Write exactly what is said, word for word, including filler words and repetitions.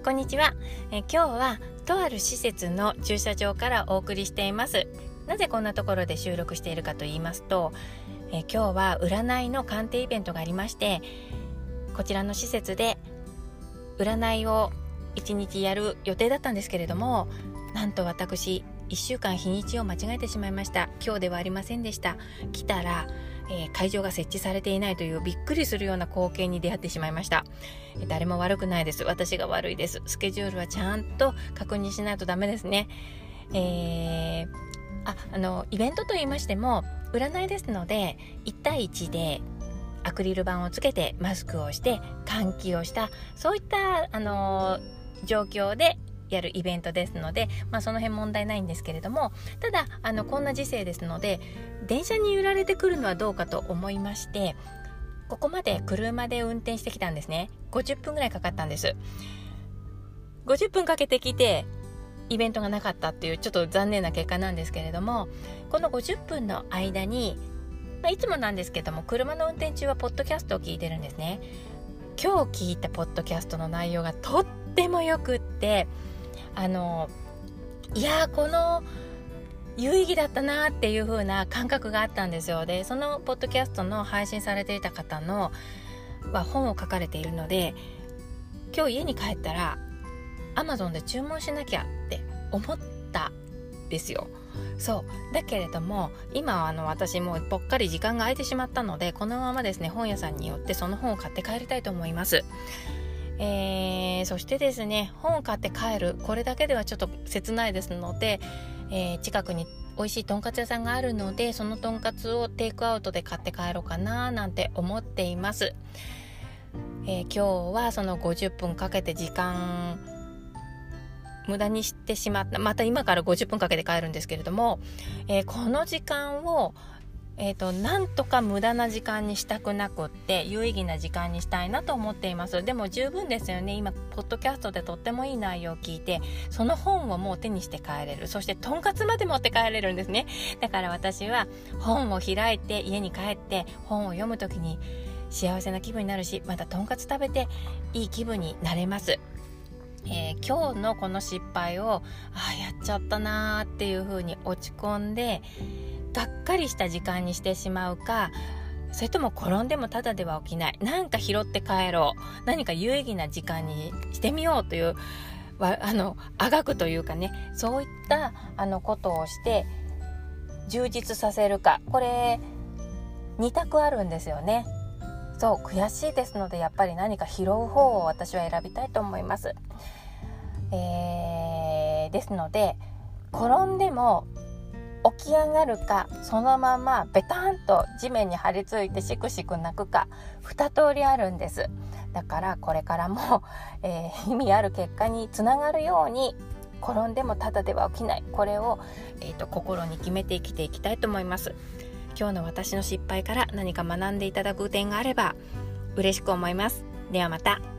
こんにちは。え今日はとある施設の駐車場からお送りしています。なぜこんなところで収録しているかと言いますと、え今日は占いの鑑定イベントがありまして、こちらの施設で占いをいちにちやる予定だったんですけれども、なんと私いっしゅうかん日にちを間違えてしまいました。今日ではありませんでした。来たら、えー、会場が設置されていないというびっくりするような光景に出会ってしまいました。えー、誰も悪くないです。私が悪いです。スケジュールはちゃんと確認しないとダメですね。えー、あ、あのイベントと言いましても占いですので、いち対いちでアクリル板をつけてマスクをして換気をした、そういったあの状況でやるイベントですので、まあ、その辺問題ないんですけれども、ただあのこんな時世ですので電車に揺られてくるのはどうかと思いまして、ここまで車で運転してきたんですね。ごじゅっぷんぐらいかかったんです。ごじゅっぷんかけてきてイベントがなかったっていうちょっと残念な結果なんですけれども、このごじゅっぷんの間に、まあ、いつもなんですけども車の運転中はポッドキャストを聞いてるんですね。今日聞いたポッドキャストの内容がとってもよくって、あのいやーこの有意義だったなっていう風な感覚があったんですよ。で、そのポッドキャストの配信されていた方のは本を書かれているので、今日家に帰ったら Amazon で注文しなきゃって思ったんですよ。そうだけれども今はあの私もうぽっかり時間が空いてしまったので、このままですね本屋さんに寄ってその本を買って帰りたいと思います。えー、そしてですね、本を買って帰るこれだけではちょっと切ないですので、えー、近くに美味しいとんかつ屋さんがあるので、そのとんかつをテイクアウトで買って帰ろうかななんて思っています。えー、今日はそのごじゅっぷんかけて時間無駄にしてしまった。また今からごじゅっぷんかけて帰るんですけれども、えー、この時間をえーと、なんとか無駄な時間にしたくなくって有意義な時間にしたいなと思っています。でも十分ですよね。今ポッドキャストでとってもいい内容を聞いて、その本をもう手にして帰れる、そしてとんかつまで持って帰れるんですね。だから私は本を開いて家に帰って本を読むときに幸せな気分になるし、またとんかつ食べていい気分になれます。えー、今日のこの失敗をあやっちゃったなーっていう風に落ち込んでがっかりした時間にしてしまうか、それとも転んでもただでは起きない、なんか拾って帰ろう、何か有意義な時間にしてみようというあのあがくというかね、そういったあのことをして充実させるか、これに択あるんですよね。そう悔しいですので、やっぱり何か拾う方を私は選びたいと思います。えー、ですので転んでも起き上がるか、そのままベタンと地面に張り付いてシクシク泣くか、二通りあるんです。だからこれからも、えー、意味ある結果につながるように、転んでもただでは起きない、これを、えーと、心に決めて生きていきたいと思います。今日の私の失敗から何か学んでいただく点があれば嬉しく思います。ではまた。